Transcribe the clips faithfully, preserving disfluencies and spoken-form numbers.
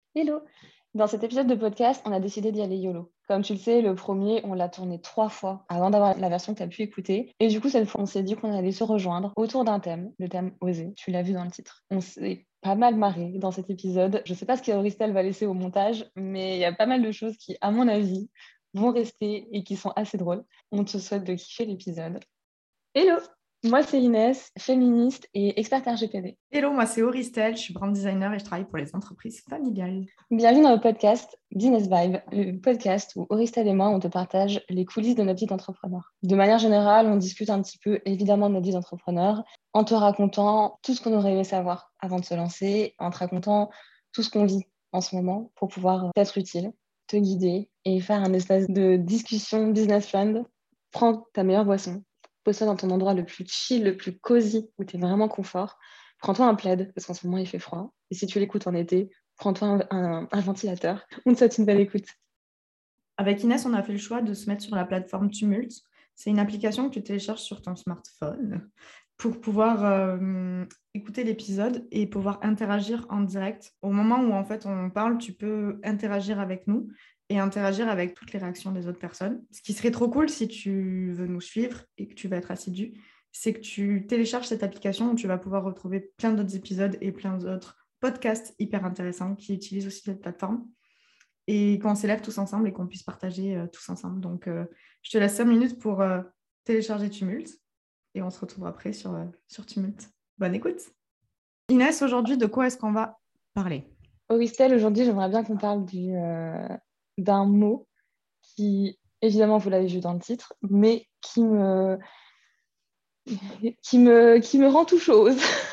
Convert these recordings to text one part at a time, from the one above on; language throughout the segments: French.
Hello! Dans cet épisode de podcast, on a décidé d'y aller YOLO. Comme tu le sais, le premier, on l'a tourné trois fois avant d'avoir la version que tu as pu écouter. Et du coup, cette fois, on s'est dit qu'on allait se rejoindre autour d'un thème, le thème oser. Tu l'as vu dans le titre. On s'est pas mal marré dans cet épisode. Je sais pas ce qu'Auristel va laisser au montage, mais il y a pas mal de choses qui, à mon avis, vont rester et qui sont assez drôles. On te souhaite de kiffer l'épisode. Hello! Moi, c'est Inès, féministe et experte R G P D. Hello, moi c'est Auristel, je suis brand designer et je travaille pour les entreprises familiales. Bienvenue dans le podcast Business Vibe, le podcast où Auristel et moi, on te partage les coulisses de notre vie d'entrepreneur. De manière générale, on discute un petit peu évidemment de notre vie d'entrepreneur en te racontant tout ce qu'on aurait aimé savoir avant de se lancer, en te racontant tout ce qu'on vit en ce moment pour pouvoir t'être utile, te guider et faire un espèce de discussion business friend. Prends ta meilleure boisson, pose-toi dans ton endroit le plus chill, le plus cosy, où tu es vraiment confort. Prends-toi un plaid, parce qu'en ce moment, il fait froid. Et si tu l'écoutes en été, prends-toi un, un, un ventilateur. On te souhaite une belle écoute. Avec Inès, on a fait le choix de se mettre sur la plateforme Tumult. C'est une application que tu télécharges sur ton smartphone pour pouvoir euh, écouter l'épisode et pouvoir interagir en direct. Au moment où en fait on parle, tu peux interagir avec nous et interagir avec toutes les réactions des autres personnes. Ce qui serait trop cool si tu veux nous suivre et que tu vas être assidu, c'est que tu télécharges cette application où tu vas pouvoir retrouver plein d'autres épisodes et plein d'autres podcasts hyper intéressants qui utilisent aussi cette plateforme et qu'on s'élève tous ensemble et qu'on puisse partager euh, tous ensemble. Donc, euh, je te laisse cinq minutes pour euh, télécharger Tumult et on se retrouve après sur, euh, sur Tumult. Bonne écoute. Inès, aujourd'hui, de quoi est-ce qu'on va parler? Auristel, aujourd'hui, j'aimerais bien qu'on parle du, euh, d'un mot qui, évidemment, vous l'avez vu dans le titre, mais qui me, qui me, qui me rend tout chose.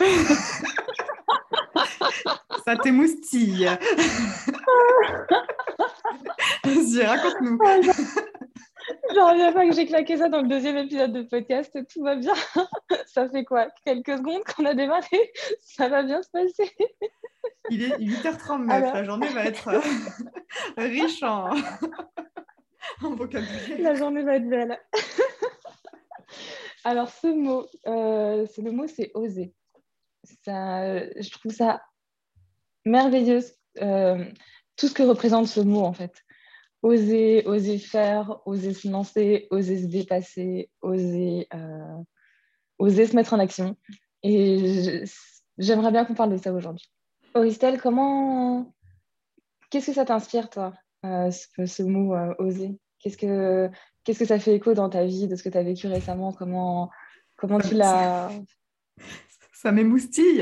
Ça t'émoustille. Vas-y, raconte-nous. J'en reviens pas que j'ai claqué ça dans le deuxième épisode de podcast. Tout va bien. Ça fait quoi? Quelques secondes qu'on a démarré? Ça va bien se passer. Il est huit heures trente-neuf. Alors, La journée va être euh, riche en, en la vocabulaire. journée va être belle. Alors, ce mot, euh, c'est le mot, c'est oser. Ça, je trouve ça merveilleux, euh, tout ce que représente ce mot, en fait. Oser, oser faire, oser se lancer, oser se dépasser, oser, euh, oser se mettre en action. Et je- j'aimerais bien qu'on parle de ça aujourd'hui. Auristel, comment, qu'est-ce que ça t'inspire, toi, euh, ce, ce mot euh, oser? Qu'est-ce que, qu'est-ce que ça fait écho dans ta vie, de ce que tu as vécu récemment? Comment, comment Ça, tu ça, l'as... ça m'émoustille.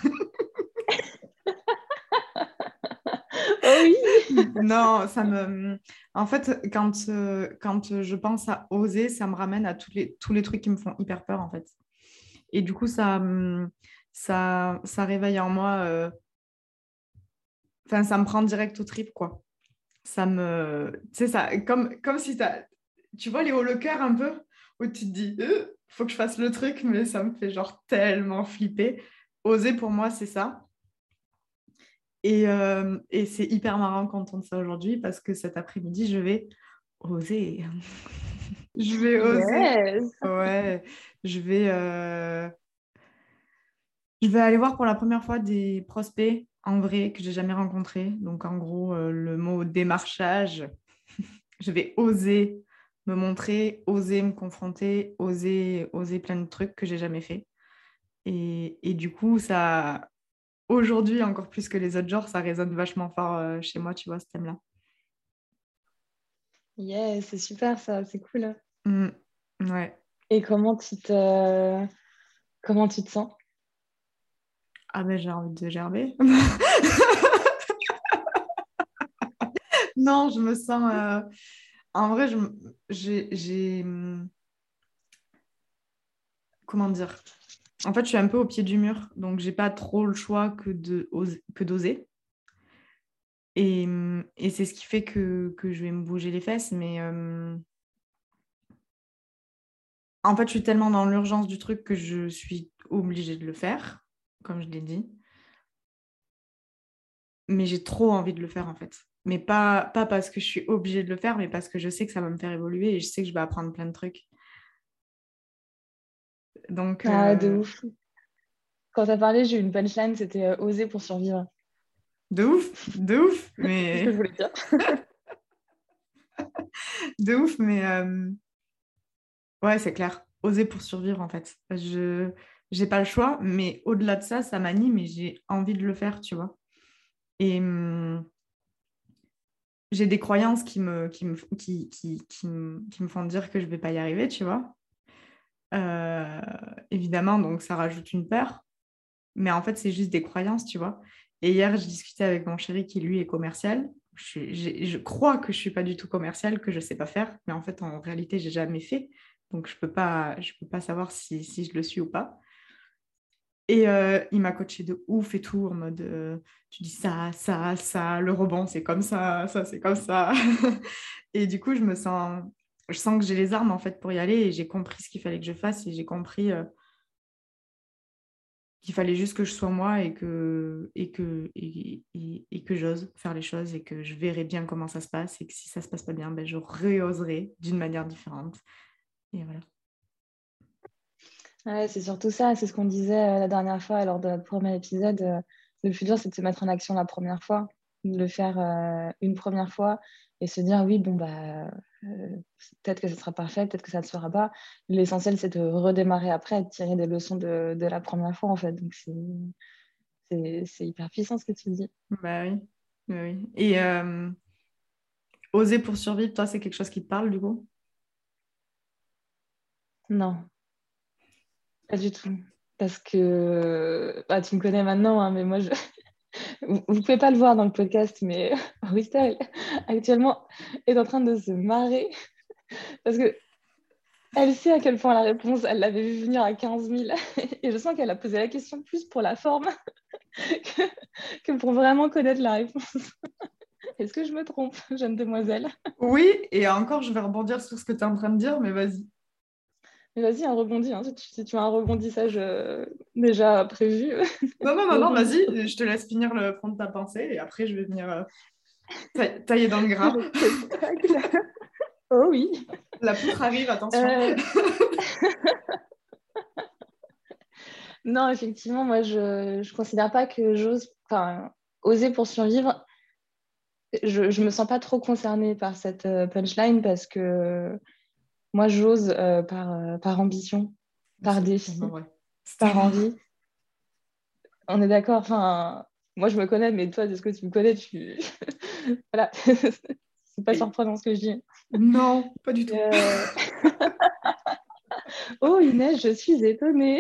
Oh oui! Non, ça me... En fait, quand, euh, quand je pense à oser, ça me ramène à tous les, tous les trucs qui me font hyper peur, en fait. Et du coup, ça, me- ça, ça réveille en moi... euh, Enfin, ça me prend direct au trip, quoi. Ça me... Tu sais, ça... Comme, comme si t'as... Tu vois les hauts le cœur un peu, où tu te dis, euh, faut que je fasse le truc, mais ça me fait genre tellement flipper. Oser, pour moi, c'est ça. Et, euh, et c'est hyper marrant d'entendre ça aujourd'hui parce que cet après-midi, je vais oser. Je vais oser. Yes! Ouais, je vais, euh, je vais aller voir pour la première fois des prospects en vrai que j'ai jamais rencontrés. Donc, en gros, euh, le mot démarchage, je vais oser me montrer, oser me confronter, oser, oser plein de trucs que j'ai jamais fait. Et, et du coup, ça, aujourd'hui, encore plus que les autres genres, ça résonne vachement fort euh, chez moi, tu vois, ce thème-là. Yes, c'est super ça, c'est cool. Mm, ouais. Et comment tu te, comment tu te sens? Ah ben j'ai envie de gerber. Non, je me sens... euh, En vrai, je m- j'ai... j'ai, hum, Comment dire? En fait, je suis un peu au pied du mur, donc j'ai pas trop le choix que de oser- que d'oser. Et, hum, et c'est ce qui fait que, que je vais me bouger les fesses. Mais euh, en fait, je suis tellement dans l'urgence du truc que je suis obligée de le faire, comme je l'ai dit. Mais j'ai trop envie de le faire en fait. Mais pas, pas parce que je suis obligée de le faire, mais parce que je sais que ça va me faire évoluer et je sais que je vais apprendre plein de trucs. Donc, Ah, de euh, ouf. Quand t'as parlé, j'ai eu une punchline, c'était euh, oser pour survivre. De ouf, de ouf, C'est ce que mais je voulais dire. de ouf, mais euh, ouais, c'est clair. Oser pour survivre, en fait. Je j'ai pas le choix, mais au-delà de ça, ça m'anime et j'ai envie de le faire, tu vois. Et hum, j'ai des croyances qui me, qui me, qui, qui, qui me, qui me font dire que je vais pas y arriver, tu vois. Euh, évidemment, donc ça rajoute une peur, mais en fait, c'est juste des croyances, tu vois. Et hier, je discutais avec mon chéri qui, lui, est commercial. Je, suis- j'ai- je crois que je suis pas du tout commercial, que je sais pas faire, mais en fait, en réalité, j'ai jamais fait. Donc, je peux pas, je peux pas savoir si, si je le suis ou pas. Et euh, il m'a coaché de ouf et tout, en mode, euh, tu dis ça, ça, ça, le rebond, c'est comme ça, ça, c'est comme ça. Et du coup, je me sens, je sens que j'ai les armes, en fait, pour y aller et j'ai compris ce qu'il fallait que je fasse et j'ai compris euh, qu'il fallait juste que je sois moi et que, et que, et, et- et que j'ose faire les choses et que je verrai bien comment ça se passe et que si ça se passe pas bien, ben, je réoserai d'une manière différente. Et voilà. Ouais, c'est surtout ça, c'est ce qu'on disait euh, la dernière fois lors de notre premier épisode. euh, le plus dur, c'est de se mettre en action la première fois, de le faire euh, une première fois et se dire oui, bon, bah, euh, peut-être que ça sera parfait, peut-être que ça ne se fera pas. L'essentiel, c'est de redémarrer après et de tirer des leçons de, de la première fois, en fait. Donc, c'est, c'est, c'est hyper puissant ce que tu dis. Bah oui. Bah oui. Et euh, oser pour survivre, toi, c'est quelque chose qui te parle du coup? Non, pas du tout. Parce que bah, tu me connais maintenant, hein, mais moi, je... vous ne pouvez pas le voir dans le podcast, mais Aurista, elle, actuellement, est en train de se marrer parce que elle sait à quel point la réponse, elle l'avait vu venir à quinze mille. Et je sens qu'elle a posé la question plus pour la forme que, que pour vraiment connaître la réponse. Est-ce que je me trompe, jeune demoiselle? Oui, et encore, je vais rebondir sur ce que tu es en train de dire, mais vas-y. Mais vas-y, un rebondis. Hein, si, tu, si tu as un rebondissage euh, déjà prévu, Non, non, non, non, rebondis. vas-y, je te laisse finir le fond de ta pensée et après, je vais venir euh, ta- tailler dans le gras. Le spectacle. Oh oui. La poutre arrive, attention. Euh, non, effectivement, moi, je ne considère pas que j'ose, enfin, oser pour survivre. Je ne me sens pas trop concernée par cette euh, punchline parce que moi, j'ose euh, par, euh, par ambition, par C'est tellement défi, vrai. C'est par tellement vrai. envie. On est d'accord. Enfin, moi, je me connais, mais toi, de ce que tu me connais, tu... voilà. C'est pas Et- surprenant ce que je dis. Non, pas du tout. Euh, Oh, Inès, je suis étonnée.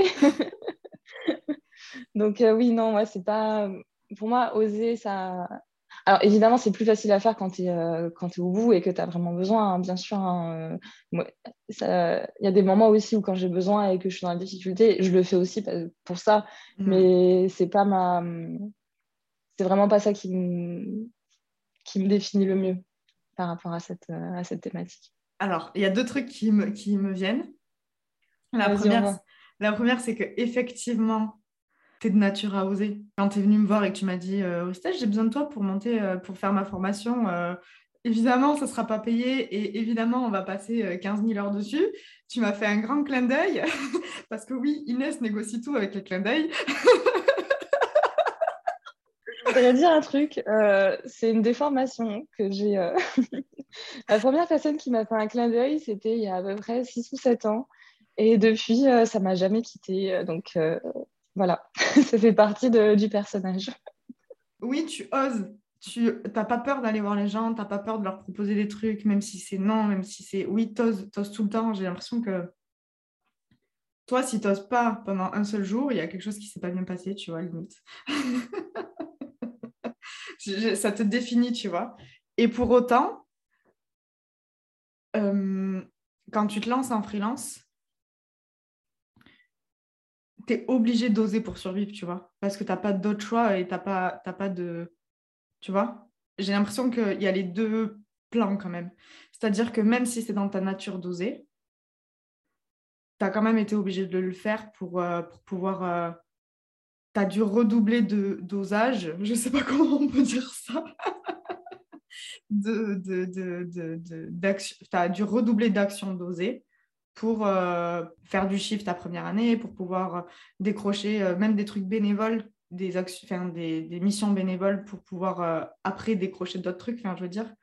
Donc, euh, oui, non, moi, c'est pas. Pour moi, oser, ça. Alors, évidemment, c'est plus facile à faire quand tu es, euh, quand tu es au bout et que tu as vraiment besoin, hein, bien sûr. Hein, euh, moi, ça- Il y a des moments aussi où, quand j'ai besoin et que je suis dans la difficulté, je le fais aussi pa- pour ça. Hmm. Mais c'est pas ma. C'est vraiment pas ça qui me, qui me définit le mieux par rapport à cette, euh, à cette thématique. Alors, il y a deux trucs qui me, qui me viennent. La Vas-y, on première, voit. la première, c'est que effectivement, tu es de nature à oser. Quand tu es venu me voir et que tu m'as dit, euh, Christelle, j'ai besoin de toi pour monter, euh, pour faire ma formation, euh, évidemment, ça ne sera pas payé et évidemment, on va passer euh, quinze mille heures dessus. Tu m'as fait un grand clin d'œil parce que oui, Inès négocie tout avec les clins d'œil. Je voudrais dire un truc, euh, c'est une déformation que j'ai. euh, La première personne qui m'a fait un clin d'œil, c'était il y a à peu près six ou sept ans. Et depuis, euh, ça m'a jamais quitté. Euh, Donc euh, voilà, ça fait partie de- du personnage. Oui, tu oses. Tu n'as pas peur d'aller voir les gens, tu n'as pas peur de leur proposer des trucs, même si c'est non, même si c'est oui, tu oses tout le temps. J'ai l'impression que toi, si tu n'oses pas pendant un seul jour, il y a quelque chose qui s'est pas bien passé, tu vois, limite. Je- je- ça te définit, tu vois. Et pour autant, euh, quand tu te lances en freelance, tu es obligé d'oser pour survivre, tu vois. Parce que tu n'as pas d'autre choix et tu n'as pas, t'as pas de... Tu vois? J'ai l'impression qu'il y a les deux plans quand même. C'est-à-dire que même si c'est dans ta nature d'oser, tu as quand même été obligé de le faire pour, euh, pour pouvoir... euh, tu as dû redoubler de dosage. Je ne sais pas comment on peut dire ça. De, de, de, de, de- d'action- tu as dû redoubler d'actions dosées pour euh, faire du chiffre ta première année, pour pouvoir euh, décrocher euh, même des trucs bénévoles des, actions, enfin, des, des missions bénévoles pour pouvoir euh, après décrocher d'autres trucs. Enfin, je veux dire,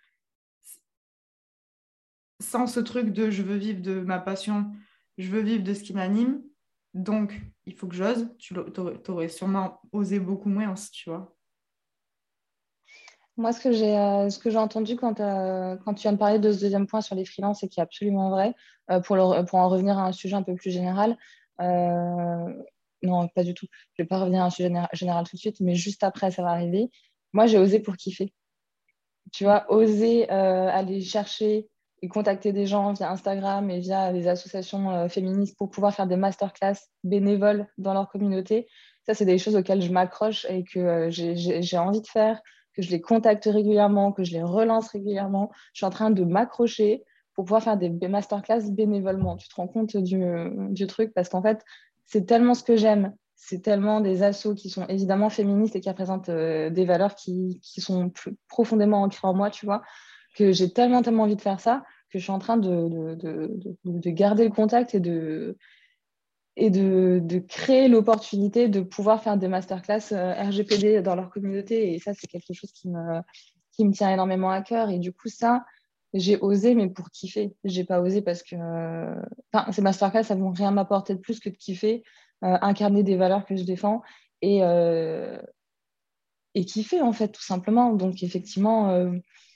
sans ce truc de je veux vivre de ma passion, je veux vivre de ce qui m'anime, donc il faut que j'ose, tu aurais sûrement osé beaucoup moins, tu vois. Moi, ce que j'ai euh, ce que j'ai entendu quand, euh, quand tu viens de parler de ce deuxième point sur les freelances, c'est qui est absolument vrai. Euh, pour, le, pour en revenir à un sujet un peu plus général, euh, non, pas du tout. Je ne vais pas revenir à un sujet général, général tout de suite, mais juste après, ça va arriver. Moi, j'ai osé pour kiffer. Tu vois, oser euh, aller chercher et contacter des gens via Instagram et via des associations euh, féministes pour pouvoir faire des masterclass bénévoles dans leur communauté. Ça, c'est des choses auxquelles je m'accroche et que euh, j'ai, j'ai, j'ai envie de faire, que je les contacte régulièrement, que je les relance régulièrement. Je suis en train de m'accrocher pour pouvoir faire des, des masterclass bénévolement. Tu te rends compte du, du truc parce qu'en fait, c'est tellement ce que j'aime. C'est tellement des assos qui sont évidemment féministes et qui représentent euh, des valeurs qui, qui sont plus profondément ancrées en moi, tu vois, que j'ai tellement, tellement envie de faire ça que je suis en train de, de, de, de, de garder le contact et de, et de, de créer l'opportunité de pouvoir faire des masterclass euh, R G P D dans leur communauté. Et ça, c'est quelque chose qui me, qui me tient énormément à cœur. Et du coup, ça, j'ai osé, mais pour kiffer. J'ai pas osé parce que euh, enfin, ces masterclass, ça ne vont rien m'apporter de plus que de kiffer, euh, incarner des valeurs que je défends et, euh, et kiffer, en fait, tout simplement. Donc, effectivement, euh,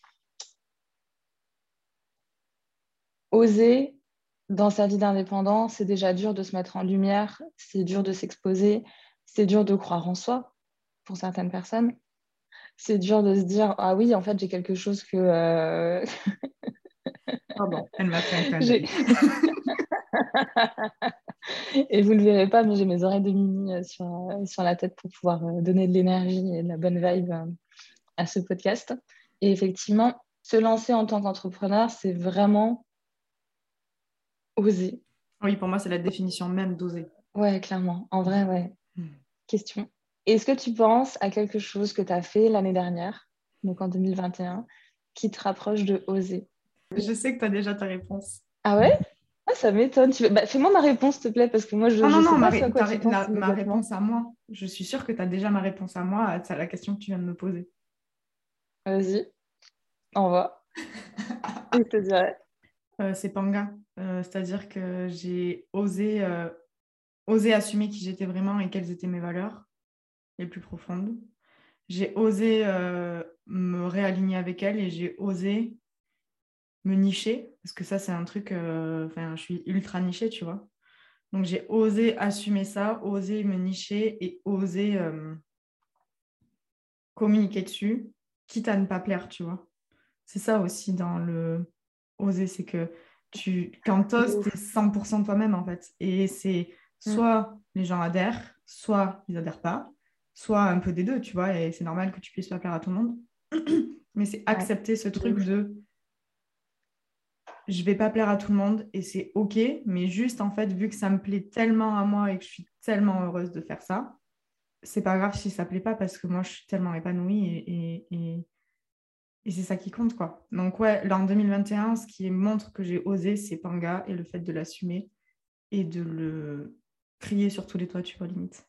oser dans sa vie d'indépendant, c'est déjà dur de se mettre en lumière, c'est dur de s'exposer, c'est dur de croire en soi pour certaines personnes. C'est dur de se dire, ah oui, en fait, j'ai quelque chose que... euh, Pardon, elle m'a fait un clin j'ai... d'œil. Et vous ne le verrez pas, mais j'ai mes oreilles de Mimi euh, sur, euh, sur la tête pour pouvoir euh, donner de l'énergie et de la bonne vibe euh, à ce podcast. Et effectivement, se lancer en tant qu'entrepreneur, c'est vraiment oser. Oui, pour moi, c'est la définition même d'oser. Ouais, clairement. En vrai, ouais. Mm. Question. Est-ce que tu penses à quelque chose que tu as fait l'année dernière, donc en deux mille vingt et un, qui te rapproche de oser? Je sais que tu as déjà ta réponse. Ah ouais? Ah, ça m'étonne. Tu... Bah, fais-moi ma réponse, s'il te plaît, parce que moi, je Non, non, ne sais non, ma, pas ce à ré- quoi ta tu ré- penses la- ma immédiatement. réponse à moi. Je suis sûre que tu as déjà ma réponse à moi à la question que tu viens de me poser. Vas-y, envoie. Et je te dirai. Euh, c'est Panga. Euh, c'est-à-dire que j'ai osé, euh, osé assumer qui j'étais vraiment et quelles étaient mes valeurs les plus profondes. J'ai osé euh, me réaligner avec elles et j'ai osé me nicher, parce que ça, c'est un truc, euh, enfin, je suis ultra nichée, tu vois. Donc, j'ai osé assumer ça, osé me nicher et osé euh, communiquer dessus, quitte à ne pas plaire, tu vois. C'est ça aussi dans le oser, c'est que tu, quand De t'oses, t'es ouf. cent pour cent toi-même, en fait. Et c'est Mm. soit les gens adhèrent, soit ils adhèrent pas, soit un peu des deux, tu vois, et c'est normal que tu puisses pas plaire à tout le monde. Mais c'est Ouais, accepter ce de truc ouf. de je vais pas plaire à tout le monde et c'est OK, mais juste en fait, vu que ça me plaît tellement à moi et que je suis tellement heureuse de faire ça, c'est pas grave si ça plaît pas parce que moi je suis tellement épanouie et, et, et, et c'est ça qui compte quoi. Donc ouais, là en deux mille vingt et un, ce qui montre que j'ai osé, c'est Panga et le fait de l'assumer et de le crier sur tous les toits, tu vois, limite.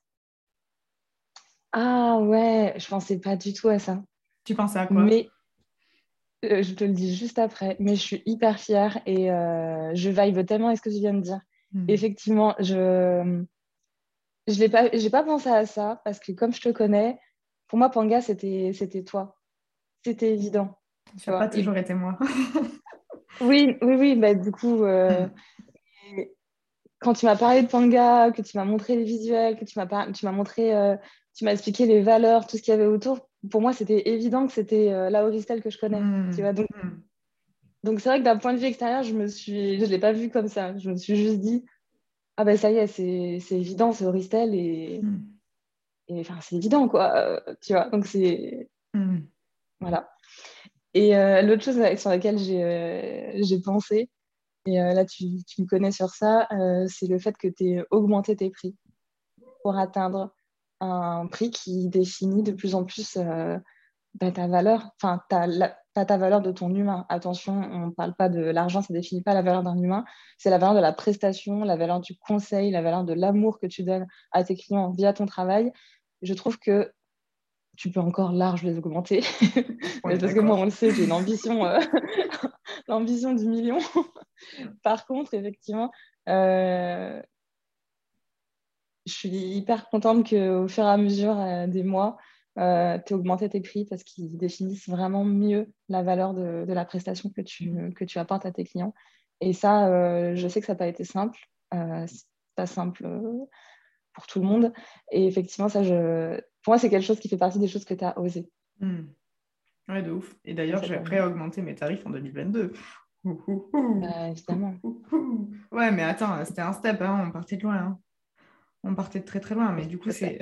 Ah ouais, je pensais pas du tout à ça. Tu pensais à quoi? Mais euh, je te le dis juste après. Mais je suis hyper fière et euh, je vibe tellement à ce que tu viens de dire. Hmm. Effectivement, je je l'ai pas, j'ai pas pensé à ça parce que comme je te connais, pour moi, Panga, c'était c'était toi. C'était évident, tu Ça n'a pas vois. Et toujours été moi. oui, oui, oui, bah, du coup, euh, Hmm. quand tu m'as parlé de Panga, que tu m'as montré les visuels, que tu m'as par- tu m'as montré, euh, tu m'as expliqué les valeurs, tout ce qu'il y avait autour, pour moi, c'était évident que c'était euh, la Auristel que je connais. Tu Hmm. vois, donc, Hmm. donc c'est vrai que d'un point de vue extérieur, je me suis, je l'ai pas vu comme ça. Je me suis juste dit, ah ben ça y est, c'est c'est évident, c'est Auristel et, Hmm. et enfin, c'est évident, quoi. euh, tu vois, donc c'est, Hmm. voilà. Et euh, l'autre chose sur laquelle j'ai euh, j'ai pensé, et euh, là, tu, tu me connais sur ça, euh, c'est le fait que tu aies augmenté tes prix pour atteindre un prix qui définit de plus en plus euh, bah, ta valeur, enfin, ta, la- pas ta valeur de ton humain. Attention, on ne parle pas de l'argent, ça ne définit pas la valeur d'un humain, c'est la valeur de la prestation, la valeur du conseil, la valeur de l'amour que tu donnes à tes clients via ton travail. Je trouve que tu peux encore large les augmenter. On est Parce que moi, on d'accord. le sait, j'ai l'ambition, euh, l'ambition du million. Par contre, effectivement, euh, je suis hyper contente qu'au fur et à mesure euh, des mois, euh, tu aies augmenté tes prix parce qu'ils définissent vraiment mieux la valeur de, de la prestation que tu, que tu apportes à tes clients. Et ça, euh, je sais que ça n'a pas été simple. Euh, c'est pas simple euh, pour tout le monde. Et effectivement, ça, je... pour moi, c'est quelque chose qui fait partie des choses que tu as osé Hmm. Ouais, de ouf. Et d'ailleurs, cette j'ai année. réaugmenté mes tarifs en deux mille vingt-deux. Ouh, ouh, ouh. Bah, Ouh, évidemment. ouh, ouh. Ouais, mais attends, c'était un step, hein, on partait de loin. Hein. On partait de très très loin, mais du coup, Je sais. c'est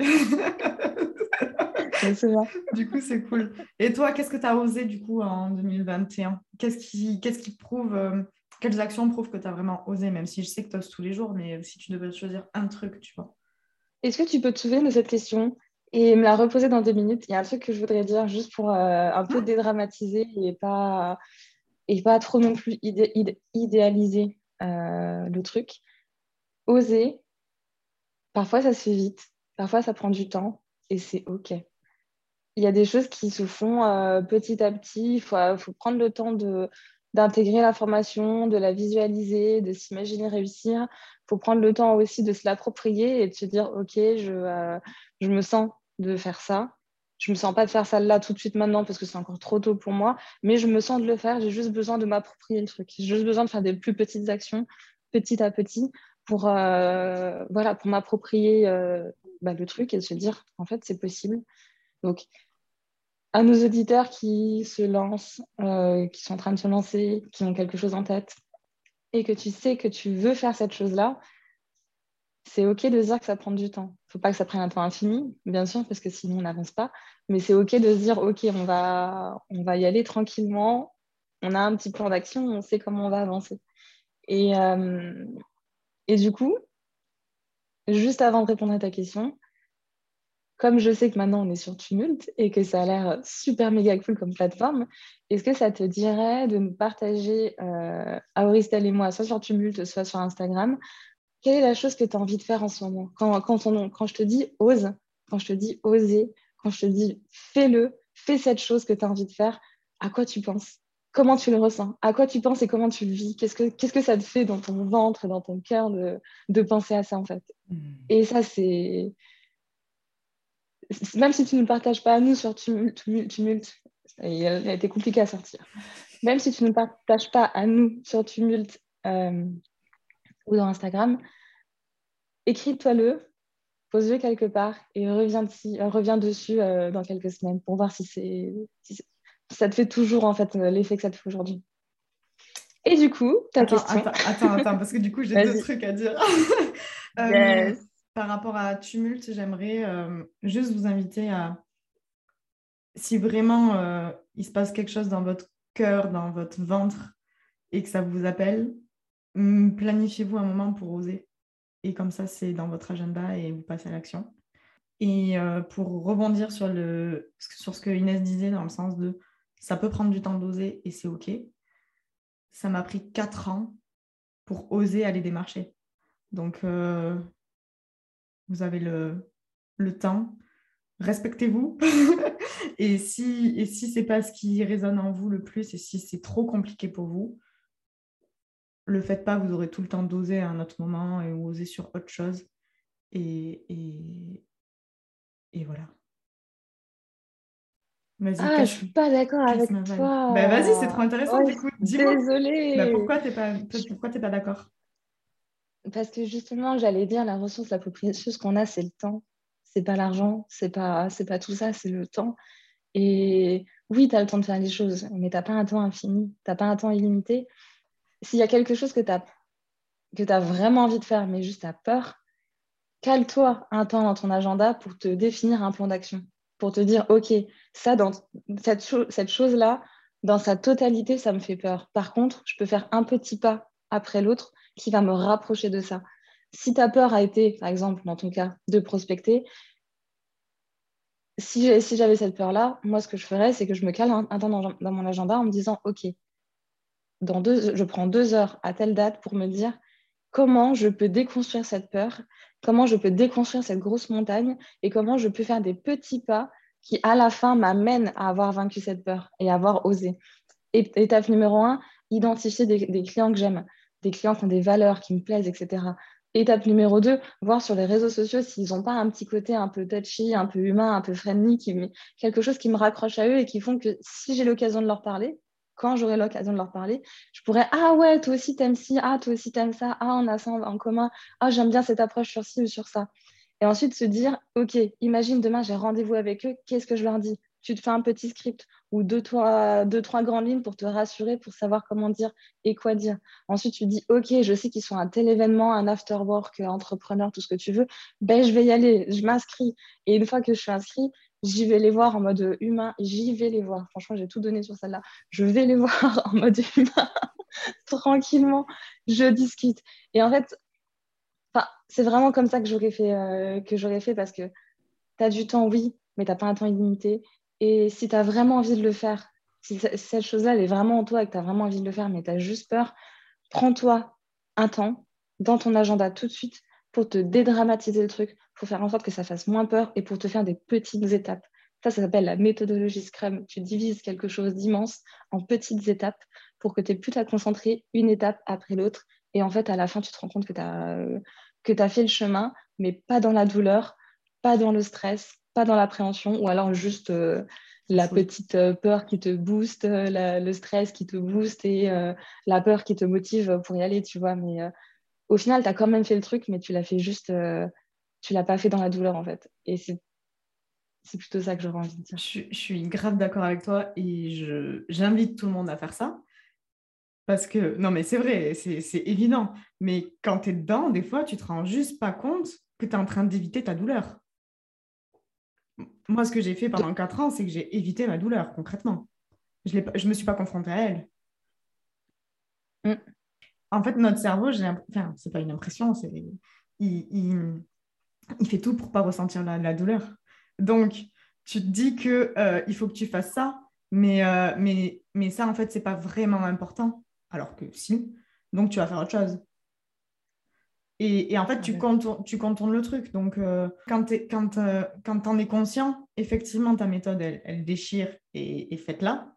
Je me souviens. du coup, c'est cool. Et toi, qu'est-ce que tu as osé du coup en deux mille vingt et un? Qu'est-ce qui, qu'est-ce qui prouve, euh, quelles actions prouvent que tu as vraiment osé, même si je sais que tu oses tous les jours, mais si tu devais choisir un truc, tu vois. Est-ce que tu peux te souvenir de cette question et me la reposer dans deux minutes? Il y a un truc que je voudrais dire juste pour euh, un peu Hmm. dédramatiser et pas, et pas trop non plus idé- idé- idéaliser euh, le truc. Oser, parfois ça se fait vite, parfois ça prend du temps et c'est OK. Il y a des choses qui se font euh, petit à petit. Il faut, faut prendre le temps de, d'intégrer l'information, de la visualiser, de s'imaginer réussir. Il faut prendre le temps aussi de se l'approprier et de se dire, OK, je, euh, je me sens de faire ça. Je me sens pas de faire ça là tout de suite maintenant parce que c'est encore trop tôt pour moi, mais je me sens de le faire. J'ai juste besoin de m'approprier le truc. J'ai juste besoin de faire des plus petites actions, petit à petit, pour, euh, voilà, pour m'approprier euh, bah, le truc et de se dire, en fait, c'est possible. Donc, à nos auditeurs qui se lancent, euh, qui sont en train de se lancer, qui ont quelque chose en tête, et que tu sais que tu veux faire cette chose-là, c'est OK de se dire que ça prend du temps. Il ne faut pas que ça prenne un temps infini, bien sûr, parce que sinon on n'avance pas. Mais c'est OK de se dire, OK, on va, on va y aller tranquillement. On a un petit plan d'action, on sait comment on va avancer. Et, euh, et du coup, juste avant de répondre à ta question, comme je sais que maintenant on est sur Tumult et que ça a l'air super méga cool comme plateforme, est-ce que ça te dirait de nous partager euh, à Auristel et moi, soit sur Tumult, soit sur Instagram, quelle est la chose que tu as envie de faire en ce moment? Quand, quand, on- quand je te dis ose, quand je te dis oser, quand je te dis fais-le, fais cette chose que tu as envie de faire, à quoi tu penses? Comment tu le ressens? À quoi tu penses et comment tu le vis? Qu'est-ce que, qu'est-ce que ça te fait dans ton ventre, dans ton cœur de, de penser à ça en fait? Hmm. Et ça, c'est même si tu ne le partages pas à nous sur Tumult, Tumult, Tumult, et elle a été compliquée à sortir, même si tu ne le partages pas à nous sur Tumult euh, ou dans Instagram, écris-toi-le, pose-le quelque part et reviens, dessus, euh, reviens dessus euh, dans quelques semaines pour voir si, c'est, si, c'est- si ça te fait toujours en fait l'effet que ça te fait aujourd'hui. Et du coup, ta Attends, question, attends, attends, attends, parce que du coup, j'ai deux vas-y. trucs à dire. Euh, Yes. par rapport à Tumulte, j'aimerais euh, juste vous inviter à, si vraiment euh, il se passe quelque chose dans votre cœur, dans votre ventre, et que ça vous appelle, hum, planifiez-vous un moment pour oser. Et comme ça, c'est dans votre agenda et vous passez à l'action. Et euh, pour rebondir sur, le, sur ce que Inès disait, dans le sens de ça peut prendre du temps d'oser et c'est OK, ça m'a pris quatre ans pour oser aller démarcher. Donc, euh, vous avez le, le temps, respectez-vous. et si, et si ce n'est pas ce qui résonne en vous le plus et si c'est trop compliqué pour vous, le faites pas, vous aurez tout le temps d'oser à un autre moment et oser sur autre chose. Et, et, et voilà. Vas-y, Ah, je casse, suis pas d'accord casse avec ma vibe. Ben vas-y, c'est trop toi. intéressant Ouais, du je coup. suis Dis-moi. Ben, désolée. pourquoi t'es pas, Je suis pourquoi t'es pas d'accord? Parce que justement, j'allais dire, la ressource la plus précieuse qu'on a, c'est le temps. C'est pas l'argent, c'est pas, c'est pas tout ça, c'est le temps. Et oui, tu as le temps de faire les choses, mais t'as pas un temps infini, t'as pas un temps illimité. S'il y a quelque chose que tu as que tu vraiment envie de faire, mais juste tu as peur, cale-toi un temps dans ton agenda pour te définir un plan d'action, pour te dire, OK, ça, dans cette, cho- cette chose-là, dans sa totalité, ça me fait peur. Par contre, je peux faire un petit pas après l'autre qui va me rapprocher de ça. Si ta peur a été, par exemple, dans ton cas, de prospecter, si j'ai- si j'avais cette peur-là, moi, ce que je ferais, c'est que je me cale un, un temps dans, dans mon agenda en me disant, OK, dans deux, je prends deux heures à telle date pour me dire comment je peux déconstruire cette peur, comment je peux déconstruire cette grosse montagne et comment je peux faire des petits pas qui, à la fin, m'amènent à avoir vaincu cette peur et à avoir osé. Et, étape numéro un, identifier des, des clients que j'aime, des clients qui ont des valeurs, qui me plaisent, et cetera. Étape numéro deux, voir sur les réseaux sociaux s'ils n'ont pas un petit côté un peu touchy, un peu humain, un peu friendly, qui, quelque chose qui me raccroche à eux et qui font que si j'ai l'occasion de leur parler, quand j'aurai l'occasion de leur parler, je pourrais, ah ouais, toi aussi t'aimes ci, ah toi aussi t'aimes ça, ah on a ça en commun, ah j'aime bien cette approche sur ci ou sur ça. Et ensuite se dire, ok, imagine demain j'ai rendez-vous avec eux, qu'est-ce que je leur dis? Tu te fais un petit script ou deux, trois, deux, trois grandes lignes pour te rassurer, pour savoir comment dire et quoi dire. Ensuite, tu dis, ok, je sais qu'ils sont à un tel événement, un after work, entrepreneur, tout ce que tu veux, ben je vais y aller, je m'inscris. Et une fois que je suis inscrit, j'y vais les voir en mode humain, j'y vais les voir. Franchement, j'ai tout donné sur celle-là. Je vais les voir en mode humain, tranquillement, je discute. Et en fait, c'est vraiment comme ça que j'aurais fait, euh, que j'aurais fait parce que tu as du temps, oui, mais tu n'as pas un temps illimité. Et si tu as vraiment envie de le faire, si cette chose-là, elle est vraiment en toi et que tu as vraiment envie de le faire, mais tu as juste peur, prends-toi un temps dans ton agenda tout de suite pour te dédramatiser le truc, pour faire en sorte que ça fasse moins peur et pour te faire des petites étapes. Ça, ça s'appelle la méthodologie Scrum. Tu divises quelque chose d'immense en petites étapes pour que tu aies plus à te concentrer une étape après l'autre. Et en fait, à la fin, tu te rends compte que tu as, euh, que tu as fait le chemin, mais pas dans la douleur, pas dans le stress, pas dans l'appréhension, ou alors juste euh, la Oui. petite euh, peur qui te booste, euh, la- le stress qui te booste et euh, la peur qui te motive pour y aller, tu vois. Mais euh, au final, tu as quand même fait le truc, mais tu l'as fait juste, euh, tu l'as pas fait dans la douleur, en fait. Et c'est c'est plutôt ça que j'aurais envie de dire. Je, je suis grave d'accord avec toi et je, j'invite tout le monde à faire ça. Parce que, non, mais c'est vrai, c'est, c'est évident. Mais quand tu es dedans, des fois, tu te rends juste pas compte que tu es en train d'éviter ta douleur. Moi, ce que j'ai fait pendant quatre ans, c'est que j'ai évité ma douleur, concrètement. Je ne me suis pas confrontée à elle. Mm. En fait, notre cerveau, j'ai l'imp- enfin, c'est pas une impression, c'est... Il, il, il fait tout pour pas ressentir la, la douleur. Donc, tu te dis que euh, il faut que tu fasses ça, mais, euh, mais, mais ça, en fait, c'est pas vraiment important. Alors que si. Donc, tu vas faire autre chose. Et, et en fait, Ah tu ouais. contournes, tu contournes le truc. Donc, euh, quand tu quand, euh, quand en es conscient, effectivement, ta méthode, elle, elle déchire et, et faites-la.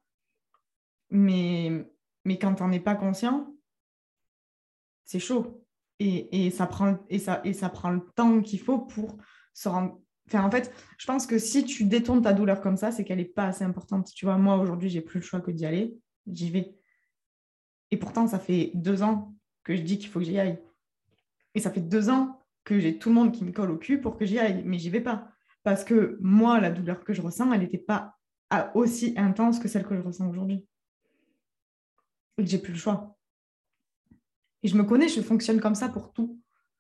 Mais, mais quand tu n'en es pas conscient, c'est chaud. Et, et, ça prend, et, ça, et ça prend le temps qu'il faut pour se rendre. Enfin, en fait, je pense que si tu détournes ta douleur comme ça, c'est qu'elle n'est pas assez importante. Tu vois, moi, aujourd'hui, j'ai plus le choix que d'y aller. J'y vais. Et pourtant, ça fait deux ans que je dis qu'il faut que j'y aille. Et ça fait deux ans que j'ai tout le monde qui me colle au cul pour que j'y aille. Mais j'y vais pas. Parce que moi, la douleur que je ressens, elle n'était pas aussi intense que celle que je ressens aujourd'hui. Et que j'ai plus le choix. Et je me connais, je fonctionne comme ça pour tout.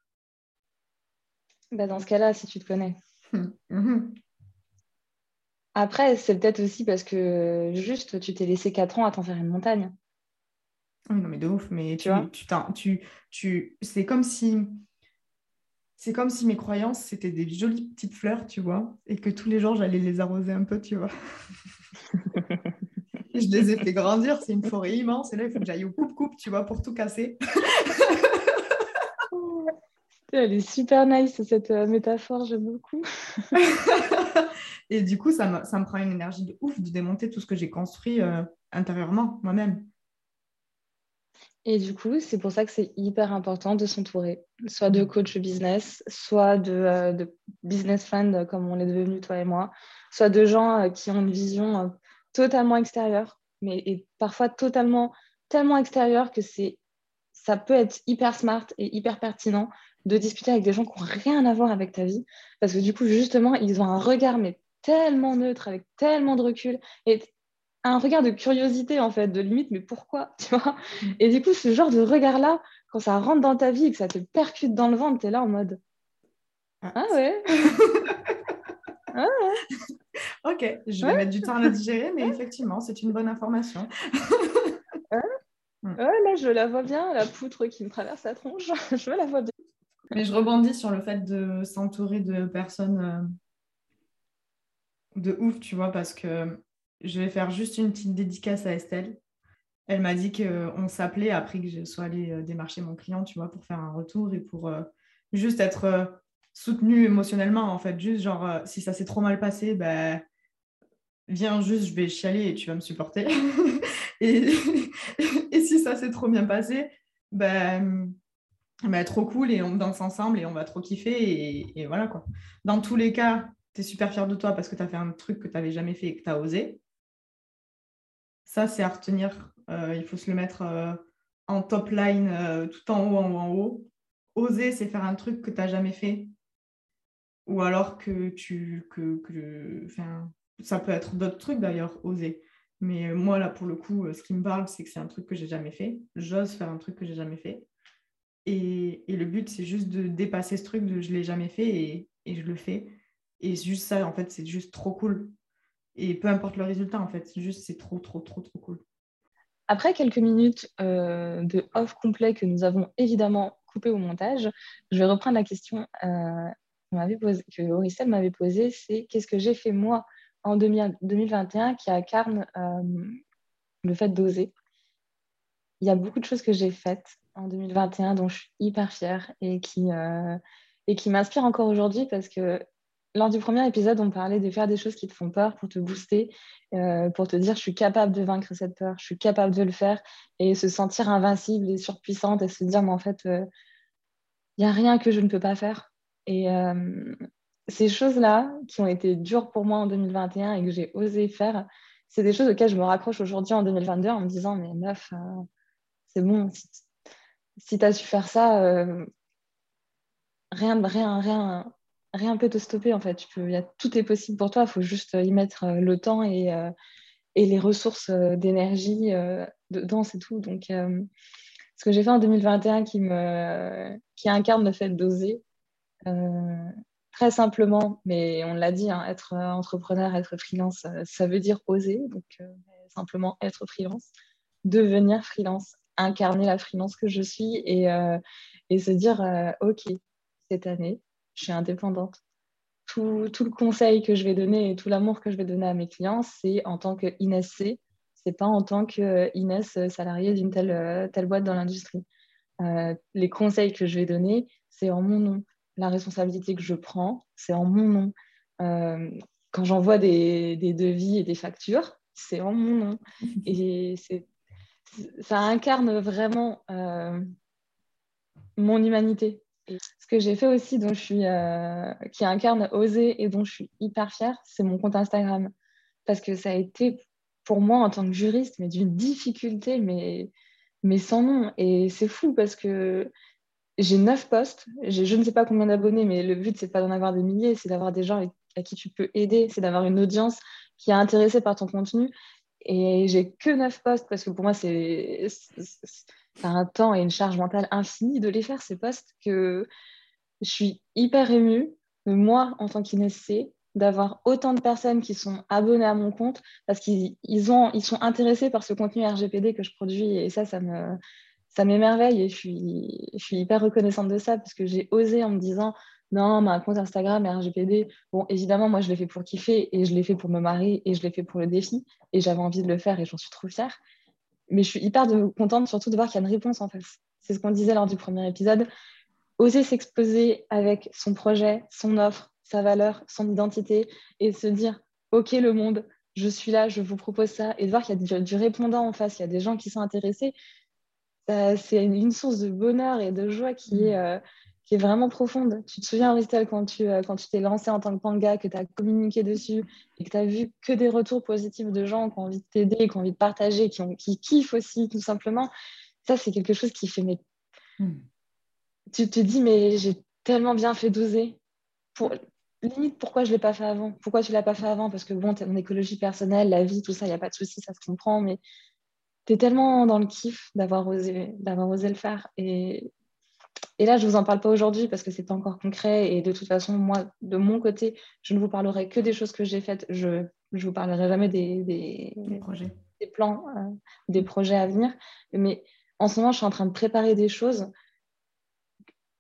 Bah, dans ce cas-là, si tu te connais. Mmh. Après, c'est peut-être aussi parce que juste, tu t'es laissé quatre ans à t'en faire une montagne, Oui, non, mais de ouf, mais tu tu, vois. tu, t'en- tu, tu, c'est comme si, c'est comme si mes croyances, c'était des jolies petites fleurs, tu vois, et que tous les jours, j'allais les arroser un peu, tu vois. Et je les ai fait grandir, c'est une forêt immense, et là, il faut que j'aille au coupe-coupe, tu vois, pour tout casser. Elle est super nice, cette euh, métaphore, j'aime beaucoup. Et du coup, ça me, ça me prend une énergie de ouf de démonter tout ce que j'ai construit euh, intérieurement, moi-même. Et du coup, c'est pour ça que c'est hyper important de s'entourer, soit de Mm. coach business, soit de, euh, de business friend, euh, comme on est devenus toi et moi, soit de gens euh, qui ont une vision euh, totalement extérieure, mais et parfois totalement, tellement extérieure que c'est, ça peut être hyper smart et hyper pertinent de discuter avec des gens qui n'ont rien à voir avec ta vie, parce que du coup, justement, ils ont un regard, mais tellement neutre, avec tellement de recul, et un regard de curiosité, en fait, de limite, mais pourquoi, tu vois? Et du coup, ce genre de regard-là, quand ça rentre dans ta vie et que ça te percute dans le ventre, t'es là en mode, Ah. ah ouais, ah Ok, je vais ouais, mettre du temps à la digérer, mais effectivement, c'est une bonne information. ouais, Mm. ouais, là, je la vois bien, la poutre qui me traverse la tronche, je la vois bien. Mais je rebondis sur le fait de s'entourer de personnes euh, de ouf, tu vois, parce que je vais faire juste une petite dédicace à Estelle. Elle m'a dit qu'on s'appelait après que je sois allée euh, démarcher mon client, tu vois, pour faire un retour et pour euh, juste être euh, soutenue émotionnellement, en fait. Juste genre, euh, si ça s'est trop mal passé, ben, viens juste, je vais chialer et tu vas me supporter. et, et si ça s'est trop bien passé, ben, ben, trop cool et on danse ensemble et on va trop kiffer. Et, et voilà, quoi. Dans tous les cas, tu es super fière de toi parce que tu as fait un truc que tu n'avais jamais fait et que tu as osé. Ça, c'est à retenir. Euh, il faut se le mettre euh, en top line, euh, tout en haut, en haut, en haut. Oser, c'est faire un truc que tu n'as jamais fait. Ou alors que tu... Que, que, enfin, ça peut être d'autres trucs d'ailleurs, oser. Mais euh, moi, là, pour le coup, euh, ce qui me parle, c'est que c'est un truc que j'ai jamais fait. J'ose faire un truc que j'ai jamais fait. Et, et le but, c'est juste de dépasser ce truc de je l'ai jamais fait et, et je le fais. Et c'est juste ça, en fait, c'est juste trop cool. Et peu importe le résultat, en fait, juste c'est trop, trop, trop, trop cool. Après quelques minutes euh, de off complet que nous avons évidemment coupé au montage, je vais reprendre la question euh, qu'on m'avait posée- que Auricelle m'avait posée, c'est qu'est-ce que j'ai fait moi en deux mille vingt et un qui incarne euh, le fait d'oser. Il y a beaucoup de choses que j'ai faites en deux mille vingt et un dont je suis hyper fière et qui, euh, et qui m'inspirent encore aujourd'hui parce que lors du premier épisode, on parlait de faire des choses qui te font peur pour te booster, euh, pour te dire je suis capable de vaincre cette peur, je suis capable de le faire et se sentir invincible et surpuissante et se dire mais en fait, il n'y a rien que je ne peux pas faire. Et euh, ces choses-là qui ont été dures pour moi en deux mille vingt et un et un et que j'ai osé faire, c'est des choses auxquelles je me raccroche aujourd'hui en deux mille vingt-deux en me disant mais meuf, euh, c'est bon, si, si tu as su faire ça, euh, rien, rien, rien, rien peut te stopper en fait. Tu peux, y a, tout est possible pour toi, il faut juste y mettre euh, le temps et, euh, et les ressources euh, d'énergie euh, dedans, c'est tout. Donc, euh, ce que j'ai fait en deux mille vingt et un qui, me, qui incarne le fait d'oser, euh, très simplement, mais on l'a dit, hein, être entrepreneur, être freelance, euh, ça veut dire oser, donc euh, simplement être freelance, devenir freelance, incarner la freelance que je suis et, euh, et se dire, euh, OK, cette année, je suis indépendante. Tout, tout le conseil que je vais donner et tout l'amour que je vais donner à mes clients, c'est en tant que Inès C, c'est pas en tant que euh, Inès euh, salariée d'une telle, euh, telle boîte dans l'industrie. Euh, les conseils que je vais donner, c'est en mon nom. La responsabilité que je prends, c'est en mon nom. Euh, quand j'envoie des, des devis et des factures, c'est en mon nom. Et c'est, ça incarne vraiment euh, mon humanité. Et ce que j'ai fait aussi, dont je suis, euh, qui incarne oser et dont je suis hyper fière, c'est mon compte Instagram. Parce que ça a été pour moi en tant que juriste, mais d'une difficulté, mais, mais sans nom. Et c'est fou parce que j'ai neuf posts, j'ai je ne sais pas combien d'abonnés, mais le but, c'est pas d'en avoir des milliers, c'est d'avoir des gens à qui tu peux aider, c'est d'avoir une audience qui est intéressée par ton contenu. Et j'ai que neuf posts parce que pour moi, c'est c'est un temps et une charge mentale infinie de les faire, ces posts, que je suis hyper émue, moi, en tant qu'Inès C, d'avoir autant de personnes qui sont abonnées à mon compte parce qu'ils ils ont, ils sont intéressés par ce contenu R G P D que je produis. Et ça, ça me, ça m'émerveille et je suis, je suis hyper reconnaissante de ça parce que j'ai osé en me disant non, mais un compte Instagram et R G P D, bon, évidemment, moi, je l'ai fait pour kiffer et je l'ai fait pour me marier et je l'ai fait pour le défi et j'avais envie de le faire et j'en suis trop fière. Mais je suis hyper de, contente surtout de voir qu'il y a une réponse en face. C'est ce qu'on disait lors du premier épisode. Oser s'exposer avec son projet, son offre, sa valeur, son identité et se dire OK, le monde, je suis là, je vous propose ça et de voir qu'il y a du, du répondant en face, il y a des gens qui sont intéressés. Ça, c'est une, une source de bonheur et de joie qui est, euh, qui est vraiment profonde. Tu te souviens, Christelle, quand tu euh, quand tu t'es lancée en tant que panga, que tu as communiqué dessus et que tu as vu que des retours positifs de gens qui ont envie de t'aider, qui ont envie de partager, qui, ont, qui kiffent aussi, tout simplement. Ça, c'est quelque chose qui fait. Mais Mm. tu te dis, mais j'ai tellement bien fait d'oser. Pour... Limite, pourquoi je ne l'ai pas fait avant? Pourquoi tu ne l'as pas fait avant? Parce que bon, tu es en écologie personnelle, la vie, tout ça, il n'y a pas de souci, ça se comprend, mais tu es tellement dans le kiff d'avoir osé, d'avoir osé le faire. Et, et là, je ne vous en parle pas aujourd'hui parce que ce n'est pas encore concret. Et de toute façon, moi, de mon côté, je ne vous parlerai que des choses que j'ai faites. Je ne vous parlerai jamais des, des, Les projets. des plans, euh, des projets à venir. Mais en ce moment, je suis en train de préparer des choses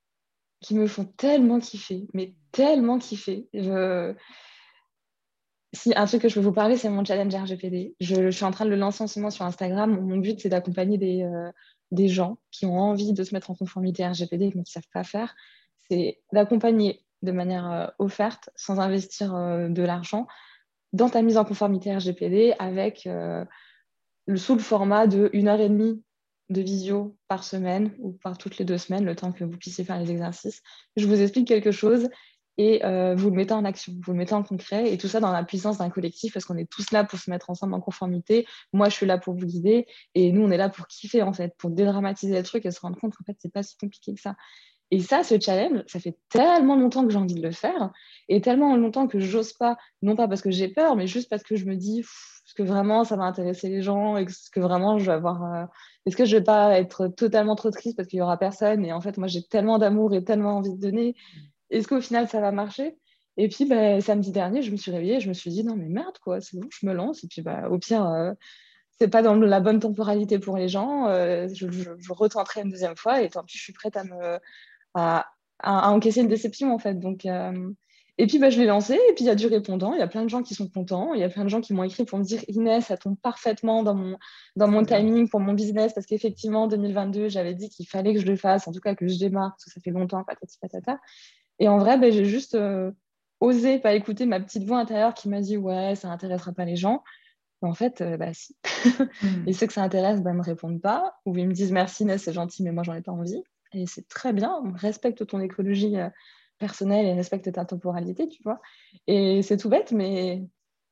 qui me font tellement kiffer, mais tellement kiffer. Je... Si un truc que je peux vous parler, c'est mon challenge R G P D. Je, je suis en train de le lancer en ce moment sur Instagram. Mon but, c'est d'accompagner des, euh, des gens qui ont envie de se mettre en conformité R G P D mais qui ne savent pas faire. C'est d'accompagner de manière euh, offerte, sans investir euh, de l'argent, dans ta mise en conformité R G P D avec euh, le, sous le format de une heure et demie de visio par semaine ou par toutes les deux semaines, le temps que vous puissiez faire les exercices. Je vous explique quelque chose et euh, vous le mettez en action, vous le mettez en concret, et tout ça dans la puissance d'un collectif, parce qu'on est tous là pour se mettre ensemble en conformité. Moi, je suis là pour vous guider, et nous, on est là pour kiffer, en fait, pour dédramatiser le truc et se rendre compte qu'en fait, c'est pas si compliqué que ça. Et ça, ce challenge, ça fait tellement longtemps que j'ai envie de le faire, et tellement longtemps que j'ose pas, non pas parce que j'ai peur, mais juste parce que je me dis, est-ce que vraiment ça va intéresser les gens, est-ce que vraiment je vais avoir, euh, est-ce que je vais pas être totalement trop triste parce qu'il y aura personne, et en fait, moi, j'ai tellement d'amour et tellement envie de donner, est-ce qu'au final, ça va marcher? Et puis, bah, samedi dernier, je me suis réveillée, je me suis dit, non, mais merde, quoi, c'est bon, je me lance, et puis, bah, au pire, euh, c'est pas dans la bonne temporalité pour les gens, euh, je, je, je retenterai une deuxième fois, et tant pis, je suis prête à me à, à, à encaisser une déception en fait. Donc, euh... Et puis bah, je l'ai lancé et puis il y a du répondant, il y a plein de gens qui sont contents, il y a plein de gens qui m'ont écrit pour me dire Inès, ça tombe parfaitement dans mon, dans mon timing pour mon business parce qu'effectivement en deux mille vingt-deux j'avais dit qu'il fallait que je le fasse, en tout cas que je démarre parce que ça fait longtemps, patati patata. Et en vrai bah, j'ai juste euh, osé pas écouter ma petite voix intérieure qui m'a dit ouais ça n'intéressera pas les gens. Mais en fait, euh, bah si. Mm. Et ceux que ça intéresse, bah, me répondent pas, ou ils me disent merci Inès, c'est gentil, mais moi j'en ai pas envie. Et c'est très bien, respecte ton écologie euh, personnelle et respecte ta temporalité, tu vois. Et c'est tout bête, mais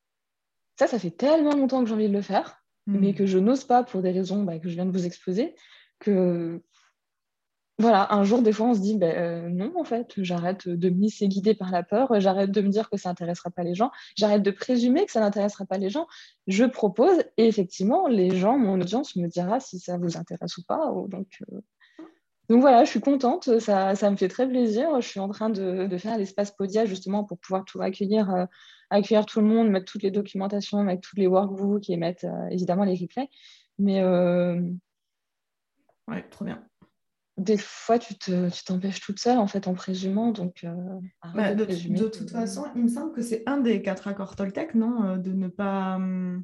ça, ça fait tellement longtemps que j'ai envie de le faire, mais Mm. que je n'ose pas pour des raisons bah, que je viens de vous exposer, que voilà, un jour, des fois, on se dit, ben, euh, non, en fait, j'arrête de me laisser guider par la peur, j'arrête de me dire que ça n'intéressera pas les gens, j'arrête de présumer que ça n'intéressera pas les gens. Je propose, et effectivement, les gens, mon audience me dira si ça vous intéresse ou pas. Ou- Donc, euh, donc voilà, je suis contente, ça, ça me fait très plaisir. Je suis en train de, de faire l'espace Podia, justement, pour pouvoir tout accueillir, euh, accueillir tout le monde, mettre toutes les documentations, mettre tous les workbooks et mettre euh, évidemment les replays. Mais euh, Ouais, trop bien. des fois, tu te, tu t'empêches toute seule, en fait, en présumant. Donc, euh, arrête Bah, de de, t- de présumer. toute façon, il me semble que c'est un des quatre accords Toltec, non? euh, De ne pas. hum,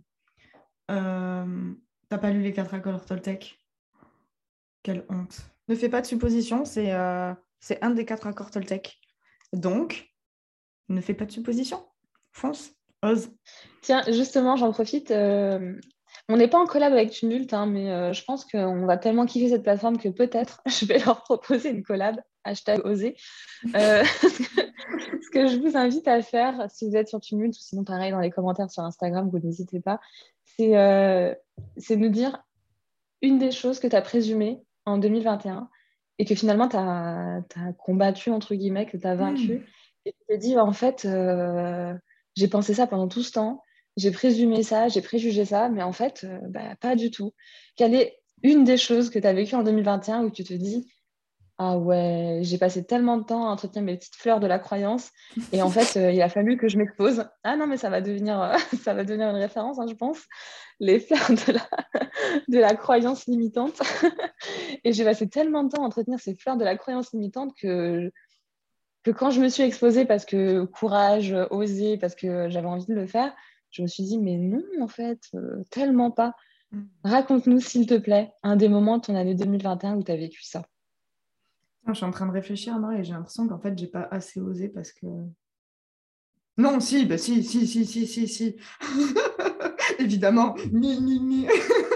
euh, T'as pas lu les quatre accords Toltec? Quelle honte. Ne fais pas de suppositions, c'est euh, c'est un des quatre accords Toltec. Donc, ne fais pas de suppositions. Fonce, ose. Tiens, justement, j'en profite. euh, on n'est pas en collab avec Tumult, hein, mais euh, je pense qu'on va tellement kiffer cette plateforme que peut-être je vais leur proposer une collab. Hashtag oser. Euh, ce que je vous invite à faire, si vous êtes sur Tumult ou sinon pareil dans les commentaires sur Instagram, vous n'hésitez pas, c'est euh, c'est de nous dire une des choses que tu as présumées en deux mille vingt et un et un et que finalement tu as, combattu, entre guillemets, que tu as Hmm. vaincu. Et tu t'es dit, en fait, euh, j'ai pensé ça pendant tout ce temps, j'ai présumé ça, j'ai préjugé ça, mais en fait, euh, bah, pas du tout. Quelle est une des choses que tu as vécues en deux mille vingt et un où tu te dis, ah ouais, j'ai passé tellement de temps à entretenir mes petites fleurs de la croyance et en fait, euh, il a fallu que je m'expose. Ah non, mais ça va devenir, euh, ça va devenir une référence, hein, je pense. Les fleurs de la, de la croyance limitante. Et j'ai passé tellement de temps à entretenir ces fleurs de la croyance limitante que, que quand je me suis exposée parce que courage, oser, parce que j'avais envie de le faire, je me suis dit, mais non, en fait, euh, tellement pas. Raconte-nous, s'il te plaît, un des moments de ton année deux mille vingt et un où tu as vécu ça. Je suis en train de réfléchir, moi, et j'ai l'impression qu'en fait, j'ai pas assez osé parce que. Non, si, bah si, si, si, si, si, si. Évidemment. Ni, ni, ni.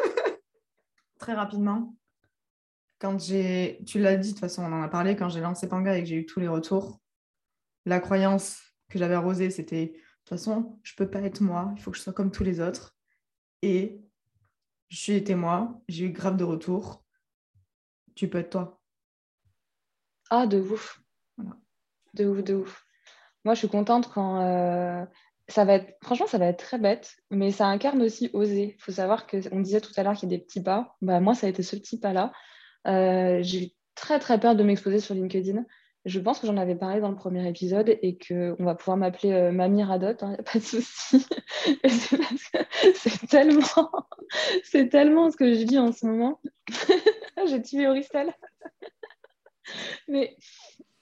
Très rapidement, quand j'ai. Tu l'as dit, de toute façon, on en a parlé, quand j'ai lancé Panga et que j'ai eu tous les retours, la croyance que j'avais arrosée, c'était de toute façon, je peux pas être moi, il faut que je sois comme tous les autres. Et je suis été moi, j'ai eu grave de retours. Tu peux être toi. Ah, de ouf, Voilà. de ouf, de ouf. Moi, je suis contente quand euh, ça va être. Franchement, ça va être très bête, mais ça incarne aussi oser. Il faut savoir qu'on disait tout à l'heure qu'il y a des petits pas. Bah, moi, ça a été ce petit pas-là. Euh, j'ai eu très, très peur de m'exposer sur LinkedIn. Je pense que j'en avais parlé dans le premier épisode et qu'on va pouvoir m'appeler euh, Mamie Radote, il n'y a pas de souci. Et c'est parce que c'est tellement, c'est tellement ce que je vis en ce moment. J'ai tué Auristel. Mais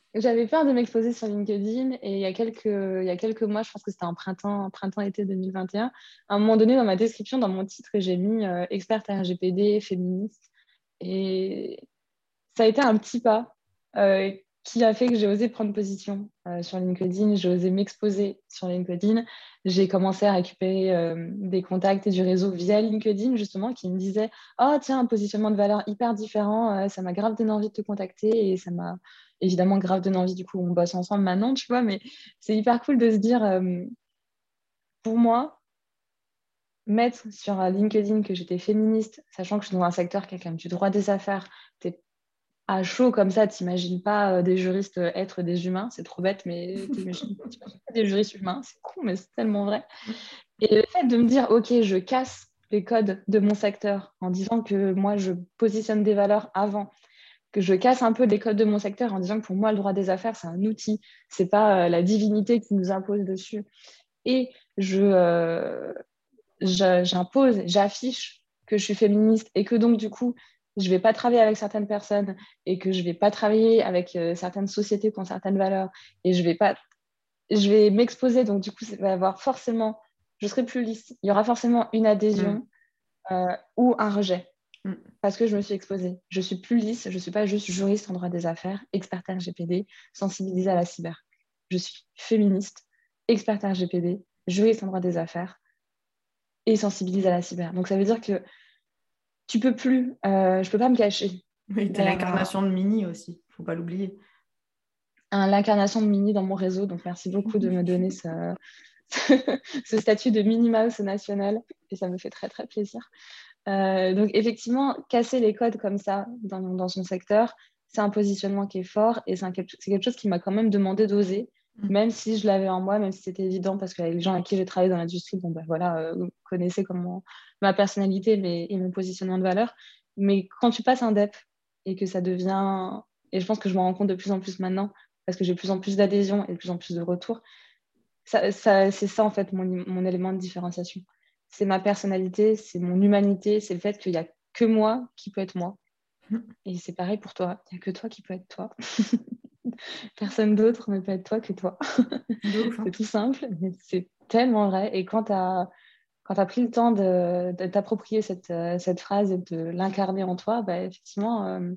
J'avais peur de m'exposer sur LinkedIn et il y a quelques, il y a quelques mois, je pense que c'était en printemps, printemps-été deux mille vingt et un, à un moment donné, dans ma description, dans mon titre, j'ai mis euh, experte R G P D, féministe. Et ça a été un petit pas euh, qui a fait que j'ai osé prendre position euh, sur LinkedIn, j'ai osé m'exposer sur LinkedIn. J'ai commencé à récupérer euh, des contacts et du réseau via LinkedIn, justement, qui me disaient oh, tiens, un positionnement de valeur hyper différent, euh, ça m'a grave donné envie de te contacter et ça m'a évidemment grave donné envie, du coup, on bosse ensemble maintenant, tu vois, mais c'est hyper cool de se dire, euh, pour moi, mettre sur LinkedIn que j'étais féministe, sachant que je suis dans un secteur qui est quand même du droit des affaires, t'es à chaud comme ça, t'imagines pas euh, des juristes euh, être des humains, c'est trop bête, mais t'imagines t'imagines pas des juristes humains, c'est con, mais c'est tellement vrai. Et le fait de me dire, ok, je casse les codes de mon secteur en disant que moi, je positionne des valeurs avant, que je casse un peu les codes de mon secteur en disant que pour moi, le droit des affaires, c'est un outil, c'est pas euh, la divinité qui nous impose dessus. Et je, euh, je- j'impose, j'affiche que je suis féministe et que donc, du coup, je vais pas travailler avec certaines personnes et que je vais pas travailler avec euh, certaines sociétés qui ont certaines valeurs et je vais pas, je vais m'exposer. Donc, du coup, il va y avoir forcément, je serai plus lisse. Il y aura forcément une Mm. adhésion euh, ou un rejet Mm. parce que je me suis exposée. Je suis plus lisse, je suis pas juste juriste en droit des affaires, experte R G P D, sensibilisée à la cyber. Je suis féministe, experte R G P D, juriste en droit des affaires et sensibilisée à la cyber. Donc, ça veut dire que tu peux plus, euh, je peux pas me cacher Oui, tu es derrière un, l'incarnation de Mini aussi, faut pas l'oublier. un- l'incarnation de Mini dans mon réseau. Donc, merci beaucoup de me donner ce, ce statut de Minnie Mouse national et ça me fait très, très plaisir. Euh, donc, effectivement, casser les codes comme ça dans, dans son secteur, c'est un positionnement qui est fort et c'est un- c'est quelque chose qui m'a quand même demandé d'oser, Mm. même si je l'avais en moi, même si c'était évident, parce que les gens avec qui j'ai travaillé dans l'industrie, bon, ben voilà, euh, vous connaissez comment ma personnalité mais, et mon positionnement de valeur. Mais quand tu passes un D E P et que ça devient, et je pense que je m'en rends compte de plus en plus maintenant, parce que j'ai de plus en plus d'adhésion et de plus en plus de retours, ça, ça, c'est ça en fait mon, mon élément de différenciation. C'est ma personnalité, c'est mon humanité, c'est le fait qu'il n'y a que moi qui peut être moi. Et c'est pareil pour toi, il n'y a que toi qui peut être toi. Personne d'autre ne peut être toi que toi. De ouf, hein. C'est tout simple, mais c'est tellement vrai. Et quand tu as quand tu as pris le temps de, de t'approprier cette, euh, cette phrase et de l'incarner en toi, bah, effectivement, euh,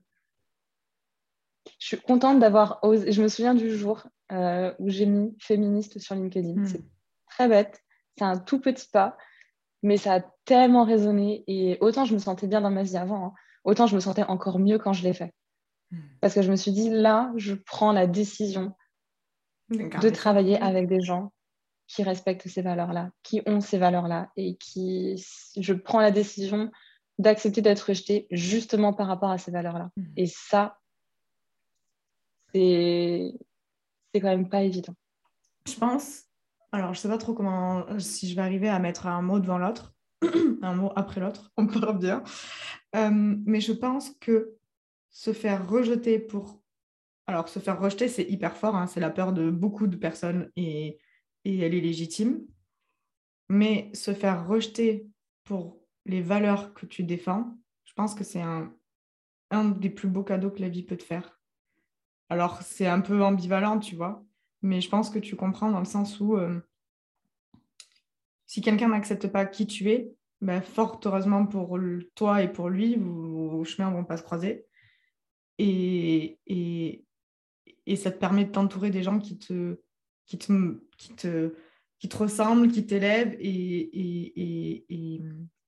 je suis contente d'avoir osé. Je me souviens du jour euh, où j'ai mis féministe sur LinkedIn. Mm. C'est très bête, c'est un tout petit pas, mais ça a tellement résonné. Et autant je me sentais bien dans ma vie avant, hein, autant je me sentais encore mieux quand je l'ai fait. Parce que je me suis dit, là, je prends la décision de D'incarner ça. travailler avec des gens qui respectent ces valeurs-là, qui ont ces valeurs-là, et qui, je prends la décision d'accepter d'être rejetée justement par rapport à ces valeurs-là. Mm. Et ça, c'est, c'est quand même pas évident. Je pense, alors je sais pas trop comment, si je vais arriver à mettre un mot devant l'autre, un mot après l'autre, on part bien. Euh, mais je pense que se faire rejeter pour... Alors, se faire rejeter, c'est hyper fort, hein, c'est la peur de beaucoup de personnes et, et elle est légitime. Mais se faire rejeter pour les valeurs que tu défends, je pense que c'est un, un des plus beaux cadeaux que la vie peut te faire. Alors, c'est un peu ambivalent, tu vois, mais je pense que tu comprends dans le sens où euh, si quelqu'un n'accepte pas qui tu es, ben, fort heureusement pour le- toi et pour lui, vos, vos chemins ne vont pas se croiser. Et, et, et ça te permet de t'entourer des gens qui te, qui te, qui te, qui te ressemblent, qui t'élèvent et, et, et, et,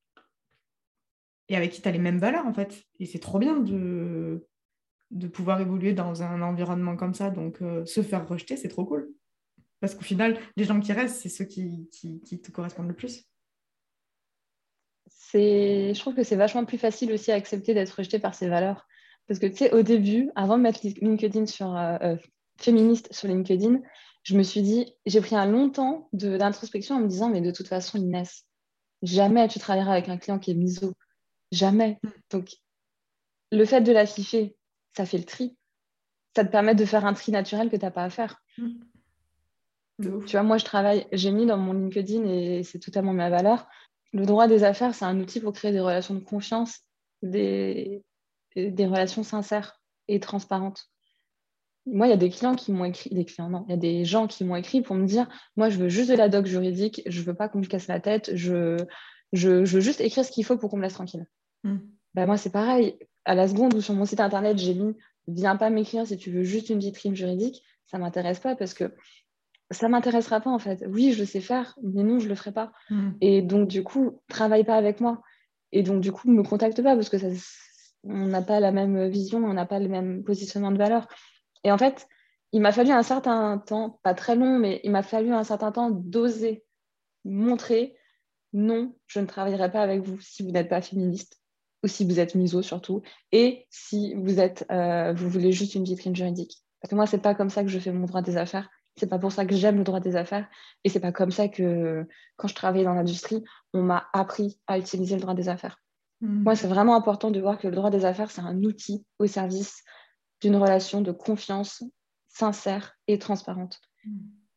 et avec qui tu as les mêmes valeurs, en fait. Et c'est trop bien de, de pouvoir évoluer dans un environnement comme ça. Donc, euh, se faire rejeter, c'est trop cool. Parce qu'au final, les gens qui restent, c'est ceux qui, qui, qui te correspondent le plus. C'est, je trouve que c'est vachement plus facile aussi à accepter d'être rejeté par ses valeurs. Parce que, tu sais, au début, avant de mettre LinkedIn sur, euh, euh, féministe sur LinkedIn, je me suis dit, j'ai pris un long temps de, d'introspection en me disant, mais de toute façon, Inès, jamais tu travailleras avec un client qui est miso. Jamais. Donc, le fait de l'afficher, ça fait le tri. Ça te permet de faire un tri naturel que tu n'as pas à faire. De ouf. Tu vois, moi, je travaille, j'ai mis dans mon LinkedIn, et c'est totalement ma valeur, le droit des affaires, c'est un outil pour créer des relations de confiance, des, des relations sincères et transparentes. Moi, il y a des clients qui m'ont écrit, des clients, non, il y a des gens qui m'ont écrit pour me dire, moi, je veux juste de la doc juridique, je veux pas qu'on me casse la tête, je, je, je veux juste écrire ce qu'il faut pour qu'on me laisse tranquille. Mm. Bah, moi, c'est pareil. À la seconde où sur mon site internet, j'ai mis, viens pas m'écrire si tu veux juste une vitrine juridique, ça m'intéresse pas parce que ça m'intéressera pas en fait. Oui, je le sais faire, mais non, je le ferai pas. Mm. Et donc, du coup, travaille pas avec moi. Et donc, du coup, me contacte pas parce que ça, on n'a pas la même vision, on n'a pas le même positionnement de valeur. Et en fait, il m'a fallu un certain temps, pas très long, mais il m'a fallu un certain temps d'oser montrer non, je ne travaillerai pas avec vous si vous n'êtes pas féministe ou si vous êtes miso surtout, et si vous êtes, euh, vous voulez juste une vitrine juridique. Parce que moi, c'est pas comme ça que je fais mon droit des affaires. C'est pas pour ça que j'aime le droit des affaires. Et c'est pas comme ça que, quand je travaillais dans l'industrie, on m'a appris à utiliser le droit des affaires. Mm. Moi, c'est vraiment important de voir que le droit des affaires, c'est un outil au service d'une relation de confiance sincère et transparente. Mm.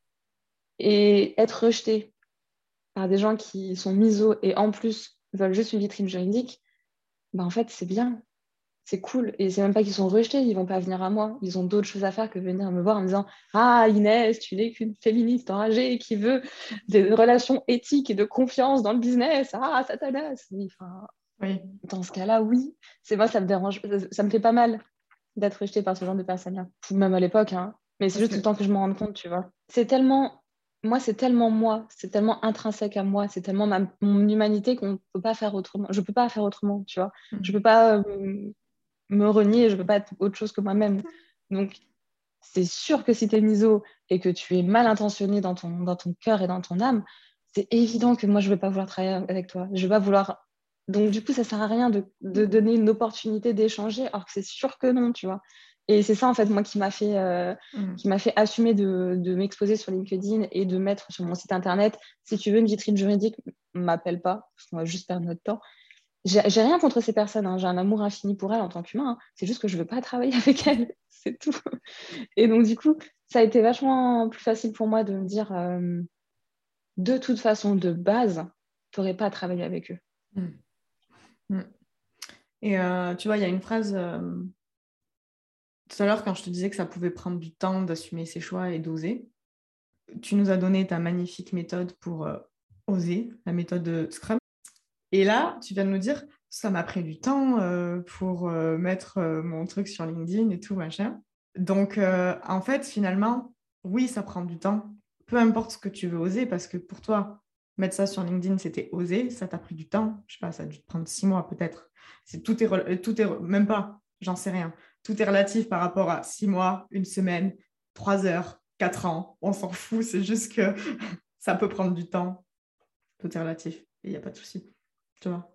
Et être rejeté par des gens qui sont misos et en plus veulent juste une vitrine juridique, bah en fait, c'est bien, c'est cool. Et c'est même pas qu'ils sont rejetés, ils vont pas venir à moi. Ils ont d'autres choses à faire que venir me voir en me disant ah, Inès, tu n'es qu'une féministe enragée qui veut des relations éthiques et de confiance dans le business. Ah, Satanas. Oui, enfin, Oui. dans ce cas-là, oui. C'est moi, ça me dérange, ça me fait pas mal d'être rejetée par ce genre de personnes-là. Même à l'époque, hein. Mais c'est Parce juste que le temps que je me rende compte, tu vois. C'est tellement, moi, c'est tellement moi, c'est tellement intrinsèque à moi, c'est tellement ma, mon humanité qu'on ne peut pas faire autrement. Je ne peux pas faire autrement, tu vois. Je ne Mm. peux pas euh, me renier, je ne peux pas être autre chose que moi-même. Donc, c'est sûr que si tu es miso et que tu es mal intentionné dans ton, dans ton cœur et dans ton âme, c'est évident que moi, je ne vais pas vouloir travailler avec toi. Je vais pas vouloir. Donc, du coup, ça ne sert à rien de, de donner une opportunité d'échanger, alors que c'est sûr que non, tu vois. Et c'est ça, en fait, moi, qui m'a fait, euh, Mm. qui m'a fait assumer de, de m'exposer sur LinkedIn et de mettre sur mon site internet, si tu veux une vitrine juridique, m'appelle pas, parce qu'on va juste perdre notre temps. J'ai j'ai rien contre ces personnes, hein. J'ai un amour infini pour elles en tant qu'humain, hein. C'est juste que je veux pas travailler avec elles, c'est tout. Et donc, du coup, ça a été vachement plus facile pour moi de me dire, euh, de toute façon, de base, tu n'aurais pas à travailler avec eux. Mm. Mm. Et euh, tu vois, il y a une phrase euh, tout à l'heure quand je te disais que ça pouvait prendre du temps d'assumer ses choix et d'oser. Tu nous as donné ta magnifique méthode pour euh, oser, la méthode de Scrum. Et là, tu viens de nous dire, ça m'a pris du temps euh, pour euh, mettre euh, mon truc sur LinkedIn et tout, machin. Donc, euh, en fait, finalement, oui, ça prend du temps. Peu importe ce que tu veux oser, parce que pour toi, mettre ça sur LinkedIn, c'était oser, ça t'a pris du temps. Je sais pas, ça a dû te prendre six mois peut-être. C'est, tout est, rel- tout est, même pas, j'en sais rien. Tout est relatif par rapport à six mois, une semaine, trois heures, quatre ans. On s'en fout, c'est juste que ça peut prendre du temps. Tout est relatif et il n'y a pas de souci. Tu vois.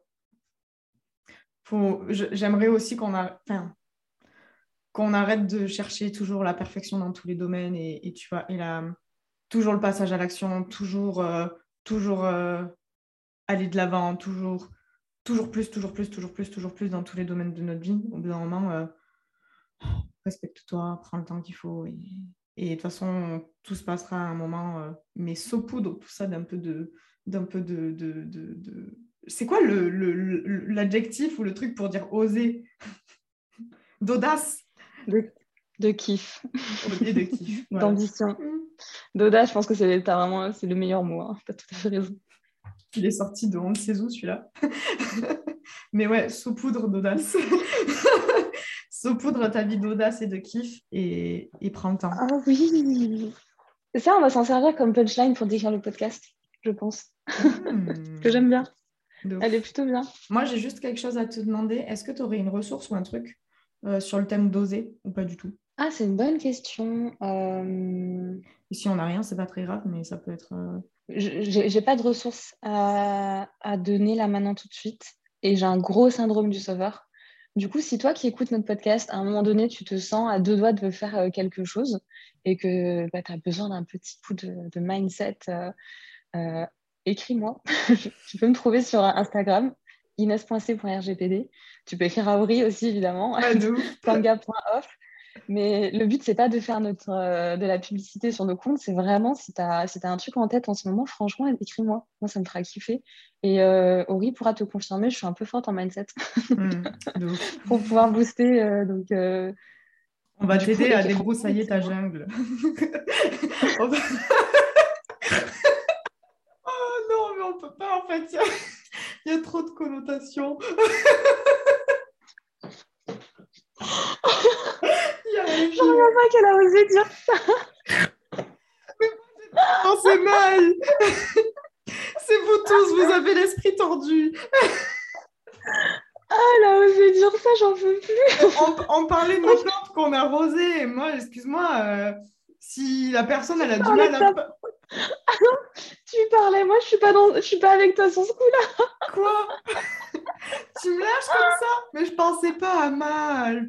Faut, je- j'aimerais aussi qu'on a, enfin, qu'on arrête de chercher toujours la perfection dans tous les domaines et, et tu vois, et la, toujours le passage à l'action, toujours, euh, toujours euh, aller de l'avant, toujours, toujours plus, toujours plus, toujours plus, toujours plus dans tous les domaines de notre vie. Au bout d'un moment, euh, respecte-toi, prends le temps qu'il faut et, et de toute façon, tout se passera à un moment. Euh, mais saupoudre tout ça d'un peu de, d'un peu de, de, de, de... C'est quoi le, le, le- l'adjectif ou le truc pour dire oser? D'audace De, de kiff, et de kiff. Voilà. d'ambition, d'audace, je pense que c'est t'as vraiment, c'est le meilleur mot. Hein. Tu as tout à fait raison. Il est sorti de on ne sait où celui-là. Mais ouais, saupoudre d'audace. Saupoudre ta vie d'audace et de kiff et, et prends le temps. Ah oui, ça, on va s'en servir comme punchline pour décrire le podcast, je pense. Mmh. Que j'aime bien. De Elle est ouf. plutôt bien. Moi, j'ai juste quelque chose à te demander. Est-ce que tu aurais une ressource ou un truc euh, sur le thème d'oser ou pas du tout? Ah, c'est une bonne question. Euh, Et si on n'a rien, c'est pas très grave, mais ça peut être. euh, je- J'ai j'ai pas de ressources à, à donner là maintenant tout de suite. Et j'ai un gros syndrome du sauveur. Du coup, si toi qui écoutes notre podcast, à un moment donné, tu te sens à deux doigts de faire euh, quelque chose et que bah, tu as besoin d'un petit coup de, de mindset, euh, euh, écris-moi. Tu peux me trouver sur Instagram, ines point c point r g p d. Tu peux écrire à Aurie aussi, évidemment, Ouais, de ouf. panga point off. Mais le but, c'est pas de faire notre, euh, de la publicité sur nos comptes, c'est vraiment, si tu as, si t'as un truc en tête en ce moment, franchement, écris-moi. Moi, ça me fera kiffer. Et euh, Aurie pourra te confirmer, je suis un peu forte en mindset Mmh, de ouf. pour pouvoir booster. Euh, donc, euh, On va Du coup, t'aider et à qui est débroussailler ta franchement jungle. On va- Oh non, mais on peut pas, en fait. Il y a, il y a trop de connotations. Il y a un je film. reviens pas qu'elle a osé dire. Non, c'est mal. C'est vous tous, vous avez l'esprit tordu. Ah, elle a osé dire ça, j'en peux plus. On, on parlait de nos plantes qu'on a arrosées. Et moi, excuse-moi, euh, si la personne, elle a du Parlais mal de à... ta... Ah non, tu parlais, moi je suis pas dans... je suis pas avec toi sur ce coup-là. Quoi? Tu me lâches comme ça? Mais je pensais pas à mal.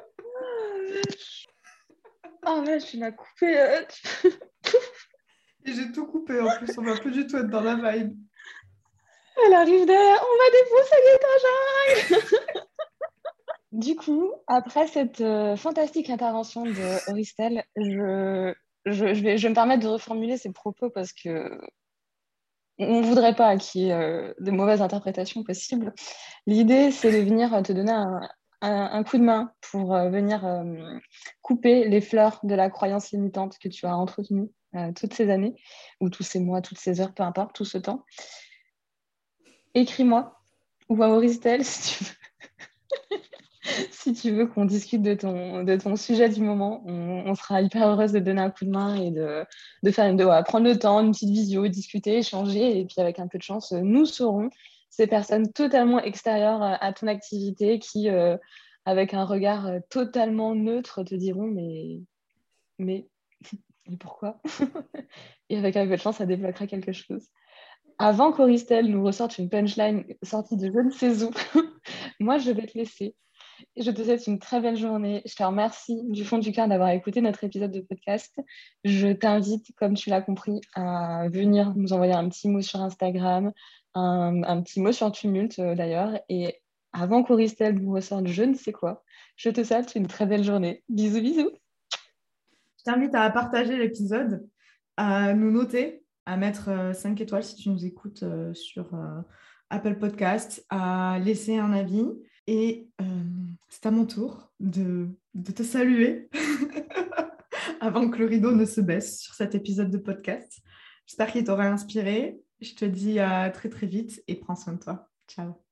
Ah ouais, tu m'as coupé. euh, tu- Et j'ai tout coupé en plus, on va plus du tout être dans la vibe. Elle arrive derrière, on va débroussailler ta jungle. Du coup, après cette euh, fantastique intervention de Auristel, je, je, je vais, je vais me permettre de reformuler ses propos parce que on ne voudrait pas qu'il y ait euh, de mauvaises interprétations possibles. L'idée, c'est de venir te donner un, un- un coup de main pour euh, venir euh, couper les fleurs de la croyance limitante que tu as entretenue euh, toutes ces années, ou tous ces mois, toutes ces heures, peu importe, tout ce temps. Écris-moi ou à Auristel si tu veux, si tu veux qu'on discute de ton, de ton sujet du moment. On, on sera hyper heureuse de te donner un coup de main et de, de, faire, de ouais, prendre le temps, une petite visio, discuter, échanger. Et puis avec un peu de chance, nous serons ces personnes totalement extérieures à ton activité qui, euh, avec un regard euh, totalement neutre, te diront mais, mais, mais pourquoi? Et avec un peu de chance, ça débloquera quelque chose. Avant qu'Auristel nous ressorte une punchline sortie de je ne sais où, moi, je vais te laisser. Je te souhaite une très belle journée. Je te remercie du fond du cœur d'avoir écouté notre épisode de podcast. Je t'invite, comme tu l'as compris, à venir nous envoyer un petit mot sur Instagram, un, un petit mot sur Tumult euh, d'ailleurs. Et avant qu'Auristel nous ressorte je ne sais quoi, je te souhaite une très belle journée. Bisous, bisous. Je t'invite à partager l'épisode, à nous noter, à mettre euh, cinq étoiles si tu nous écoutes euh, sur euh, Apple Podcast, à laisser un avis. Et euh, c'est à mon tour de, de te saluer avant que le rideau ne se baisse sur cet épisode de podcast. J'espère qu'il t'aura inspiré. Je te dis à très très vite et prends soin de toi. Ciao.